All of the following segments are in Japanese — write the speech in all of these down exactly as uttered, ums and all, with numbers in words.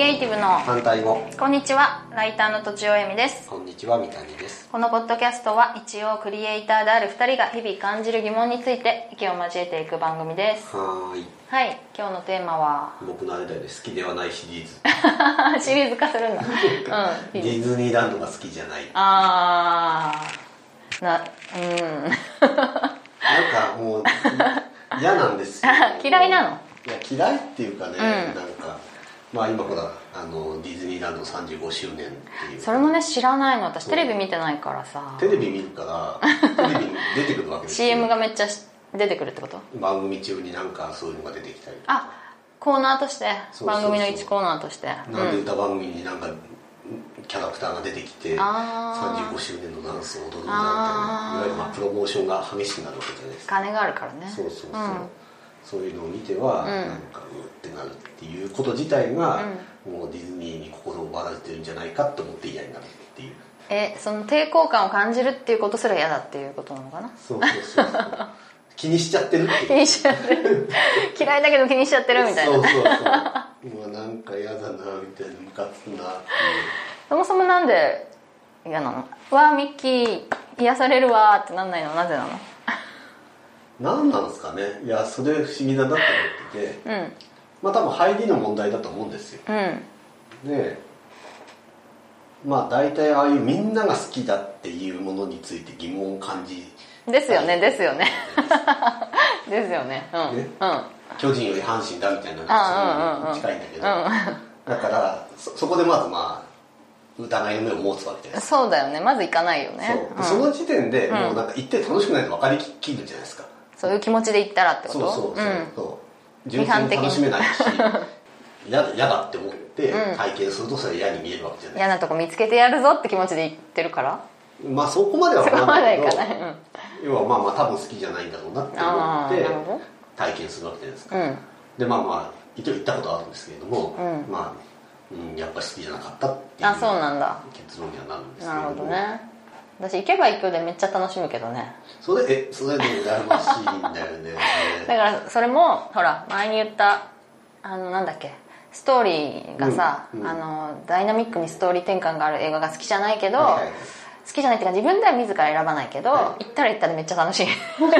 エイティブの反対語。 こんにちは、ライターのとちおえみです。 こんにちは、三谷です。 このポッドキャストは一応クリエイターであるふたりが日々感じる疑問について意見を交えていく番組です。 はーい。 はい、今日のテーマは僕のあれだよね、好きではないシリーズシリーズ化するんだうん、 ディズニーランドが好きじゃない。 あーなうんなんかもう嫌なんですよ嫌いなの？ いや嫌いっていうかね、 うん、 なんかまあ今ほらあのディズニーランドさんじゅうごしゅうねんっていう、 それもね知らないの。私テレビ見てないからさ。 テレビ見るからテレビに出てくるわけですよ。 シーエム がめっちゃ出てくるってこと？ 番組中になんかそういうのが出てきたり、 あ、コーナーとして、番組のいちコーナーとして、 なんで歌番組になんかキャラクターが出てきて、うん、さんじゅうごしゅうねんのダンスを踊るんだみたいな、いわゆるまあプロモーションが激しくなるわけじゃないですか。 金があるからね。 そうそうそう、うん、そういうのを見ては、うん、なんかうってなるっていうこと自体が、うん、もうディズニーに心を奪われてるんじゃないかと思って嫌になるっていう。 え、その抵抗感を感じるっていうことすら嫌だっていうことなのかな。 そうそうそうそう気にしちゃってるっていう。 気にしちゃってる嫌いだけど気にしちゃってるみたいな。 そうそうそうもうなんか嫌だなみたいな、ムカつくなっていう。 そもそもなんで嫌なの？わーミッキー癒されるわーってなんないの？なぜなの？ 何なんですかね。いやそれ不思議だなと思ってて、うん、まあ多分入りの問題だと思うんですよ、うん、でまあ大体ああいうみんなが好きだっていうものについて疑問を感じですよねですよねですよね、うんね、うん、 巨人より阪神だみたいなのに近いんだけど、うんうん、だから そ, そこでまずまあ疑いの目を持つわけです。 そうだよね、まず行かないよね。 そう、うん、その時点でもうなんか行って楽しくないと分かりきるじゃないですか。 そういう気持ちで行ったらってこと？ そうそうそう、うん、そう純粋に楽しめないし嫌だって思って体験するとそれ嫌に見えるわけじゃないですか。 嫌なとこ見つけてやるぞって気持ちで行ってるから。まあそこまでは分かんないけど、 そこまでいかない、 うん、要はまあまあ多分好きじゃないんだろうなって思って体験するわけじゃないですか、うん、でまあまあ一応行ったことあるんですけれども、うん、まあ、うん、やっぱり好きじゃなかったっていう結論にはなるんですけれども。 なるほどね。私行けば行くでめっちゃ楽しむけどね。 それえそれで羨ましいんだよねだからそれもほら前に言ったあのなんだっけストーリーがさ、うんうん、あのダイナミックにストーリー転換がある映画が好きじゃないけど、はいはいはい、好きじゃないっていうか自分では自ら選ばないけど、はい、行ったら行ったでめっちゃ楽しい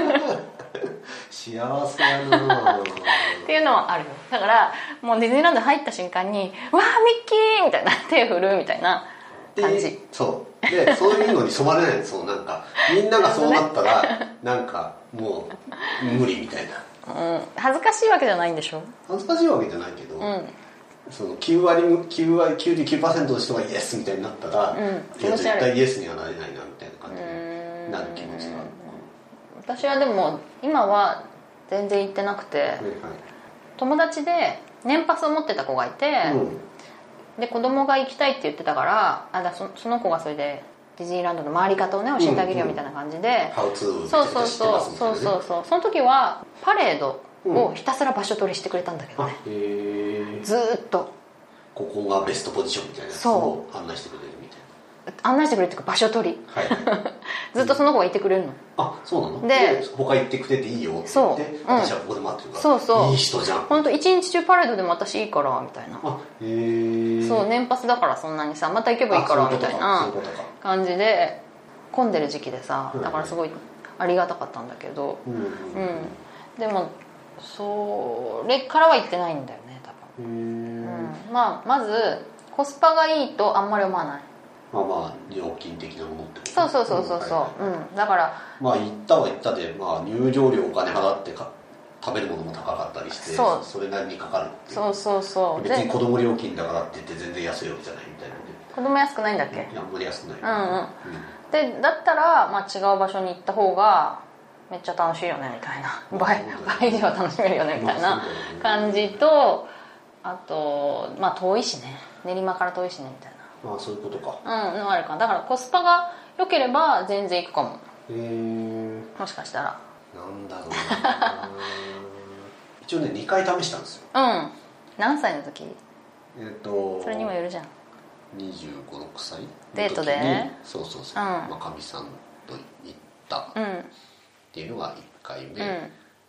幸せやなっていうのはあるよ。だからもうディズニーランド入った瞬間に「わーミッキー!」みたいな手振るみたいな感じ。 そうでそういうのに染まれないんですよ。なんかみんながそうなったらなんかもう無理みたいな、 うん、恥ずかしいわけじゃないんでしょ。 恥ずかしいわけじゃないけど、うん、そのきゅうわりきゅうわりきゅうじゅうきゅうパーセントの人がイエスみたいになったら、うん、いや絶対イエスにはなれないなみたいな感じになる気持ちがある。 私はでも今は全然行ってなくて、はいはい、友達で年パスを持ってた子がいて、うん、で子供が行きたいって言ってたからあだ そ, その子がそれでディズニーランドの回り方をね教えてあげるよみたいな感じで、 ハウツーそうそうそうそうそうそうその時はパレードをひたすら場所取りしてくれたんだけどね、うん、へずーっとここがベストポジションみたいなやつを案内してくれるみたいな。 案内してくれるっていうか場所取り、はい、ずっとその子がいてくれるの。 あ、そうなの？で他行ってくれていいよって言って、うん、私はここで待ってるから。そうそういい人じゃん。 本当一日中パレードでも私いいからみたいな。あ、へえ。そう年パスだからそんなにさまた行けばいいからみたいな感じで混んでる時期でさ、だからすごいありがたかったんだけど、うん、うんうん、でもそれからは行ってないんだよね多分。うん、まあまずコスパがいいとあんまり思わない。 まあまあ料金的なものってこと。 そうそうそうそうそう、うん、だからまあ行ったは行ったで、まあ、入場料お金払ってか食べるものも高かったりして そ, それなりにかかるっていう。そうそうそう別に子供料金だからって言って全然安いわけじゃないみたいな。 子供安くないんだっけ？ いやあんまり安くない、 うんうん、うん、でだったら、まあ、違う場所に行った方がめっちゃ楽しいよねみたいな、まあ、倍, 倍以上楽しめるよねみたいな感じと、あとまあ遠いしね、練馬から遠いしねみたいな。 まあそういうことか。 うん、のあるかな。だからコスパが良ければ全然行くかも。へえ。もしかしたら。 なんだろうな一応ねにかい試したんですよ。 うん。何歳の時？ えっとそれにもよるじゃん。 にじゅうご、ろくさいデートでそうそうそう、うん、まあかみさんと行ったっていうのがいっかいめ、うん、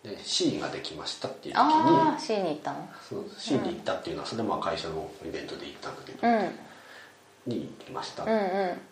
C ができましたっていう時にああ C に行ったの？ そう C に行ったっていうのはそれはまあ会社のイベントで行ったんだけど、うん、に行きました、うんうん、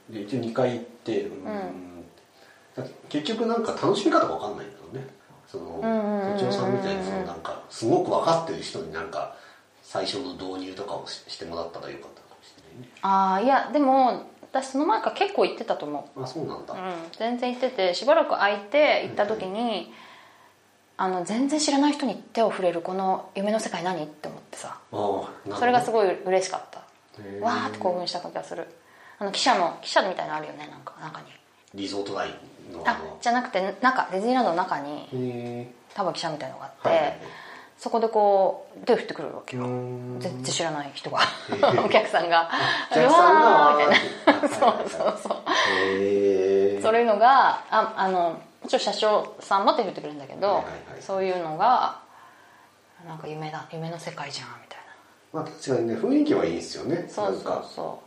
で一応にかい行ってうん、うん、結局なんか楽しみ方が分かんないんだろうね。その都庁さんみたいにそのなんかすごく分かってる人になんか最初の導入とかを し, してもらったらよかったかもしれないね。 ああいやでも私その前から結構行ってたと思う。あそうなんだ、うん、 全然行っててしばらく空いて行った時に、うんうん、あの全然知らない人に手を触れるこの夢の世界何って思ってさ、あそれがすごい嬉しかった。わーって興奮した気がする。あの汽車の汽車みたいなのあるよね、なんか中にリゾートラインのあじゃなくて中ディズニーランドの中に多分汽車みたいなのがあって、はいはいはい、そこでこう手を振ってくるわけよ。全然知らない人がお客さんがお客さんがみたいなそうそうそうへそういうのがああのもちろん車掌さんも手振ってくれるんだけど、はいはいはい、そういうのがなんか夢だ夢の世界じゃんみたいな。まあ確かにね雰囲気はいいですよね。 そうそうそう。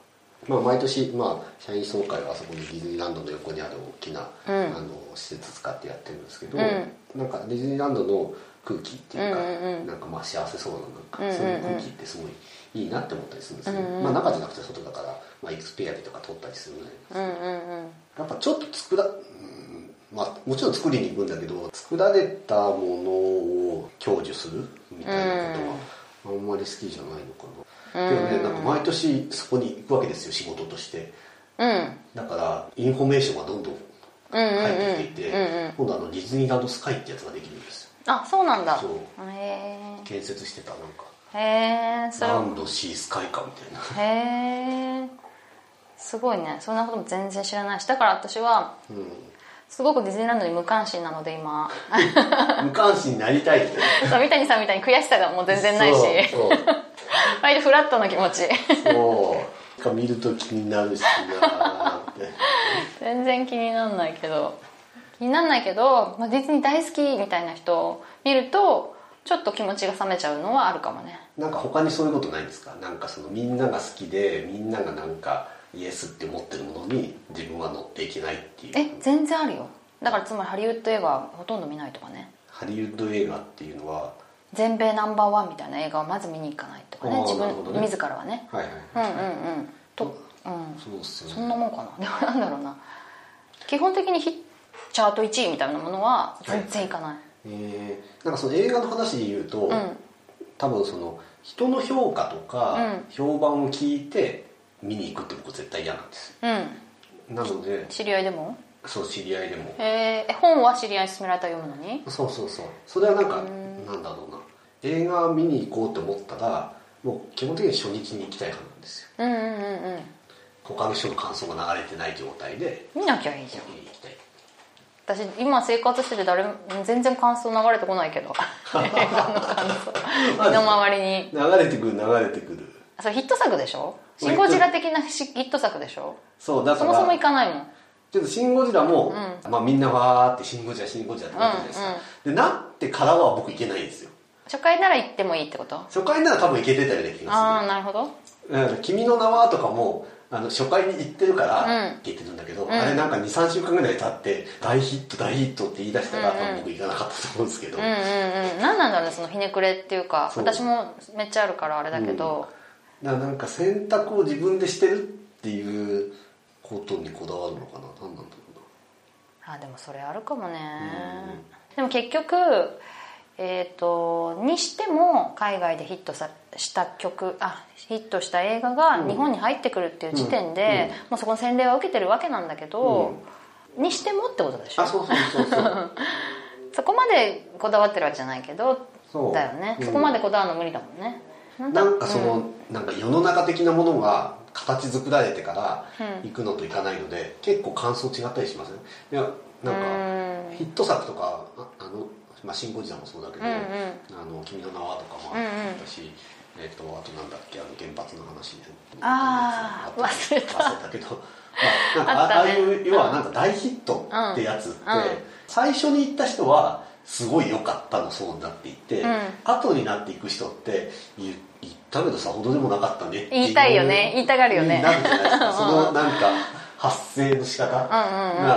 まあ、毎年、まあ、社員総会はあそこにディズニーランドの横にある大きな、うん、あの施設使ってやってるんですけど、うん、なんかディズニーランドの空気っていうか、うんうんうん、なんかまあ幸せそうななんか、うんうんうん、そういう空気ってすごいいいなって思ったりするんですけど、うんうん、まあ、中じゃなくて外だから、まあ、エクスペリアとか撮ったりするぐらいですけど、うんうんうん、やっぱちょっと作ら、うんまあ、もちろん作りに行くんだけど作られたものを享受するみたいなことはあんまり好きじゃないのかな。でもね、なんか毎年そこに行くわけですよ仕事として、うん、だからインフォメーションがどんどん入ってきていて、うんうんうん、今度あのディズニーランドスカイってやつができるんですよ。 あそうなんだ。 そうへ建設してたなんかへえランドシースカイかみたいな。 へえすごいね。そんなことも全然知らないしだから私は、うん、すごくディズニーランドに無関心なので今無関心になりたいってそう三谷さんみたいに悔しさがもう全然ないしそうそう割とフラットな気持ちそう見ると気になるしなって全然気にならないけど気にならないけど、まあ、ディズニー大好きみたいな人を見るとちょっと気持ちが冷めちゃうのはあるかもね。 なんか他にそういうことないんですか。なんかそのみんなが好きでみんながなんかイエスって思ってるものに自分は乗っていけないっていう。 え全然あるよ。だからつまりハリウッド映画はほとんど見ないとかね。 ハリウッド映画っていうのは全米ナンバーワンみたいな映画をまず見に行かないとかね自分、ね、自らはねはいはいはい、 うんうんうんと、うん、 そうっすよね。 そんなもんかな。でもなんだろうな基本的にヒチャートいちいみたいなものは全然いかない、はい、 えー、なんかその映画の話で言うと、うん、多分その人の評価とか、うん、評判を聞いて見に行くって僕絶対嫌なんですよ、うん、なので知り合いでもそう知り合いでもえー、本は知り合いに勧められたら読むのにそうそうそうそれはなんかなんだろうな映画見に行こうと思ったらもう基本的に初日に行きたい派なんですよ、うんうんうんうん、他の人の感想が流れてない状態で見なきゃいいじゃん。見に行きたい。私今生活してて誰も全然感想流れてこないけど映画の感想身の回りに流れてくる流れてくる。 それヒット作でしょ。シン・ゴジラ的なヒット作でしょ。 そうだからそもそも行かないもん。 ちょっとシン・ゴジラも、うんまあ、みんなわーってシン・ゴジラシン・ゴジラってなってるじゃないですか、うんうん、でなってからは僕行けないんですよ。 初回なら行ってもいいってこと。 初回なら多分行けてたよね気がする。 ああなるほど。 君の名はとかもあの初回に行ってるから行けてるんだけど、うん、あれなんか にさんしゅうかんぐらい経って大ヒット大ヒットって言い出したら、うんうん、多分僕行かなかったと思うんですけど、うんうんうん、 何なんだろうねそのひねくれっていうか。私もめっちゃあるからあれだけど、 うん、だからなんか選択を自分でしてるっていうことにこだわるのかな。何なんだろうなあ。でもそれあるかもね、うん、でも結局えーとにしても海外でヒットさした曲あヒットした映画が日本に入ってくるっていう時点で、うんうん、もうそこの洗礼は受けてるわけなんだけど、うん、にしてもってことでしょ。 あそうそうそうそうそこまでこだわってるわけじゃないけどだよね、うん、そこまでこだわるの無理だもんね。 なんかその、うん、なんか世の中的なものが形作られてから行くのと行かないので、うん、結構感想違ったりしますね。いやなんかヒット作とかあのまあ、シン・ゴジラもそうだけど、うんうん、あの君の名はとかもあったし、うんうんえー、とあとなんだっけあの原発の話でああ忘れた忘れたけど、まあ、なんか あ, あ, あいう要はなんか大ヒットってやつって、うんうん、最初に行った人はすごい良かったのそうになっていて、うん、後になっていく人って言ったけどさほどでもなかったねって言いたいよね言いたがるよねなるじゃないですかそのなんか発声の仕方が、うんうんうん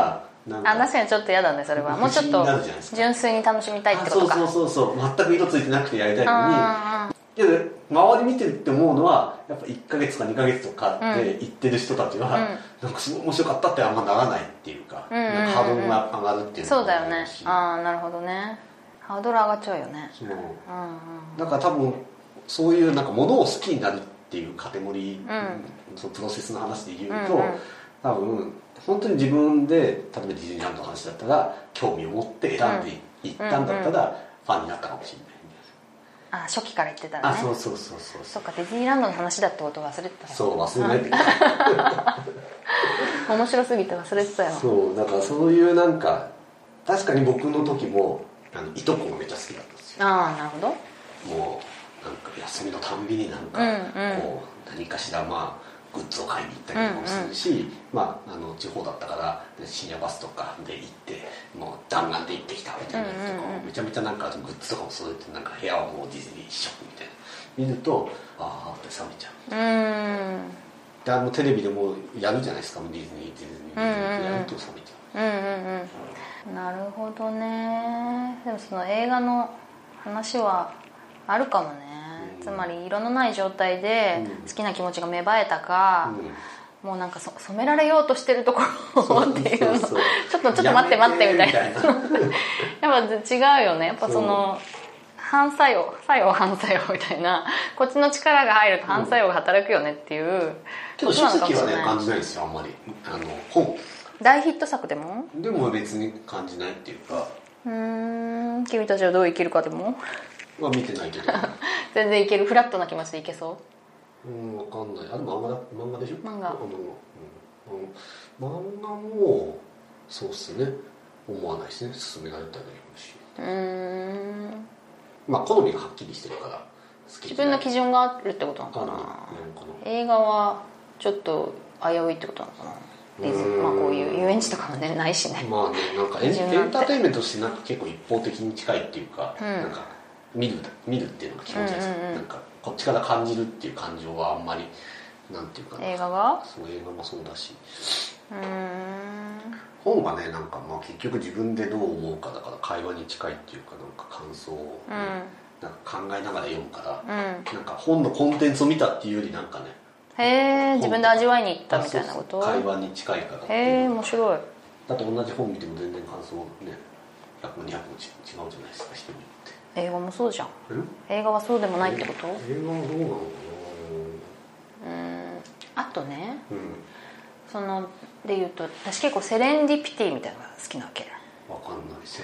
なんかあ、確かにちょっと嫌だねそれは。もうちょっと純粋に楽しみたいってことか。 そうそうそうそう、全く色ついてなくてやりたいのに、けど周り見てるって思うのはやっぱいっかげつとかにかげつとかって行ってる人たちは、うん、なんかすごい面白かったってあんまならないっていうか、うんうんうん、なんかハードルが上がるっていうのそうだよね。ああ、なるほどね。ハードル上がっちゃうよね。そう、うんうん、 だから多分そういうなんかものを好きになるっていうカテゴリー、うん、そのプロセスの話で言うと、うんうん、多分本当に自分で例えばディズニーランドの話だったら興味を持って選んでいったんだったらファンになったかもしれない。 あ、初期から言ってたらね。 あ、そうそうそうそう。 そっか、ディズニーランドの話だってことを忘れてた。 そう、忘れないで面白すぎて忘れてたよ。 そう、だからそういうなんか確かに僕の時もあのいとこがめっちゃ好きだったんですよ。 ああ、なるほど。 もうなんか休みのたんびになんか、うんうん、こう何かしらまあグッズを買いに行ったりもするし、うんうん、まあ、あの地方だったから深夜バスとかで行ってもう弾丸で行ってきたみたいなやつとか、うんうん、めちゃめちゃなんかグッズとかも揃えてなんか部屋はもうディズニー一色みたいな見るとああって冷めちゃう。うんであのテレビでもやるじゃないですか、ディズニーディズニーディズニーってやると冷めちゃう。うんうんうん、なるほどね。でもその映画の話はあるかもね。つまり色のない状態で好きな気持ちが芽生えたか、うん、もうなんかそ染められようとしてるところっていうのそうそうそうちょっとちょっと待って待ってみたいなやっぱ違うよね。やっぱその反作用作用反作用みたいな、こっちの力が入ると反作用が働くよねっていう、うん、 けど書籍はね感じないですよ、あんまり。あの本大ヒット作でもでも別に感じないっていうか、 うーん、君たちはどう生きるかでもは見てないけど全然いける、フラットな気持ちでいけそう。 うん、わかんない。あれ漫画だ、漫画でしょ。 漫画。 あの、うん、漫画もそうっすね。思わないですね。勧められたらいいし。うーん。まあ好みがはっきりしてるから。 自分の基準があるってことなのかな。映画はちょっと危ういってことなのかな。ディズニー、まあこういう遊園地とかもねないしね。 まあね、なんかエン、エンターテインメントとしてなんか結構一方的に近いっていうか、うん、なんか見る見るっていうのが気持ちいいです、うんうんうん、なんかこっちから感じるっていう感情はあんまりなんていうかな、 映画がそう映画もそうだし、うーん本はねなんかまあ結局自分でどう思うかだから会話に近いっていうかなんか感想を、ね、うん、なんか考えながら読むから、うん、なんか本のコンテンツを見たっていうよりなんかね、 へえ、自分で味わいに行ったみたいなこと。 会話に近いからへえ、面白い。 だって同じ本見ても全然感想ねひゃくもにひゃくも違うじゃないですか、人によって。 映画もそうじゃん。映画はそうでもないってこと？ 映画はどうなのかな。うん、あとね、うん、そので言うと私結構セレンディピティみたいなのが好きなわけ。 わかんない。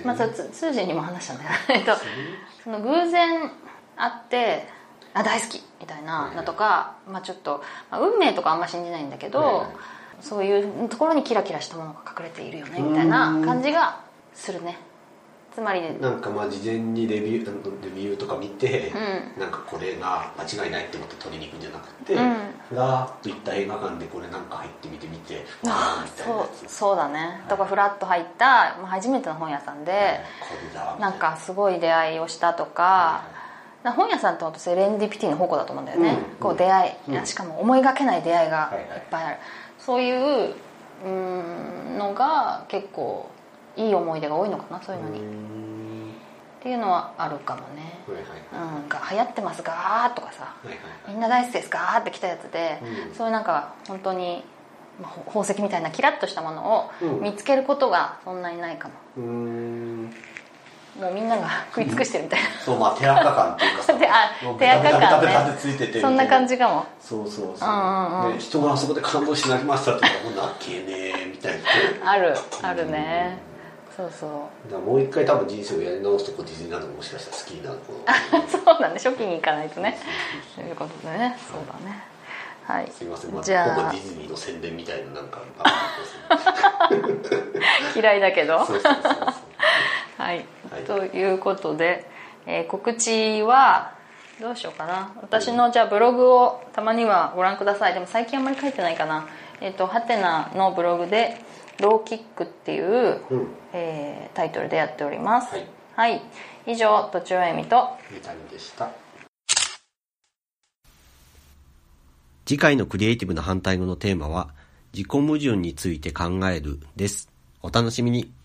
まあ通信にも話したんだよね。その偶然会ってあ大好きみたいなのとか、まあちょっと、まあ、運命とかあんま信じないんだけど、そういうところにキラキラしたものが隠れているよねみたいな感じがするね。つまりなんかまあ事前にレビュー、レビューとか見て、うん、なんかこれが間違いないって思って取りに行くんじゃなくて、うん、ふらっと行った映画館でこれなんか入ってみてみて、 ああそうそうだね、はい、とかふらっと入った、まあ、初めての本屋さんで、はい、なんかすごい出会いをしたとか、はい、本屋さんって本当セレンディピティの宝庫だと思うんだよね、うん、こう出会い、うん、しかも思いがけない出会いがいっぱいある、はいはい、そういう、うーんのが結構いい思い出が多いのかな、そういうのにっていうのはあるかもね、はいはい、うん、が流行ってますガーとかさ、はいはいはい、みんな大好きですガーってきたやつで、うん、そういうなんか本当に宝石みたいなキラッとしたものを見つけることがそんなにないかも、うん、もうみんなが食い尽くしてるみたいな、うん、 そう、まあ手垢感っていうかさあ手垢感ね、そんな感じかも。 そうそうそう、うんうん、で人があそこで感動しなりましたって言ったらもうなっけねえみたいなあるあるね、そうそうだからもう一回多分人生をやり直すとこディズニーランドもしかしたら好きになるそうだね、初期に行かないとねということでね、そうだね、はい、 すいません、まあ、じゃあほぼディズニーの宣伝みたいななんか嫌いだけどそうそうそうそうはい、はい、ということで、えー、告知はどうしようかな。私のじゃあブログをたまにはご覧ください。でも最近あんまり書いてないかな。えっとハテナのブログでローキックっていう、うん、えー、タイトルでやっております。はい、はい、以上とちおえみと三谷でした。 次回のクリエイティブな反対語のテーマは自己矛盾について考えるです。 お楽しみに。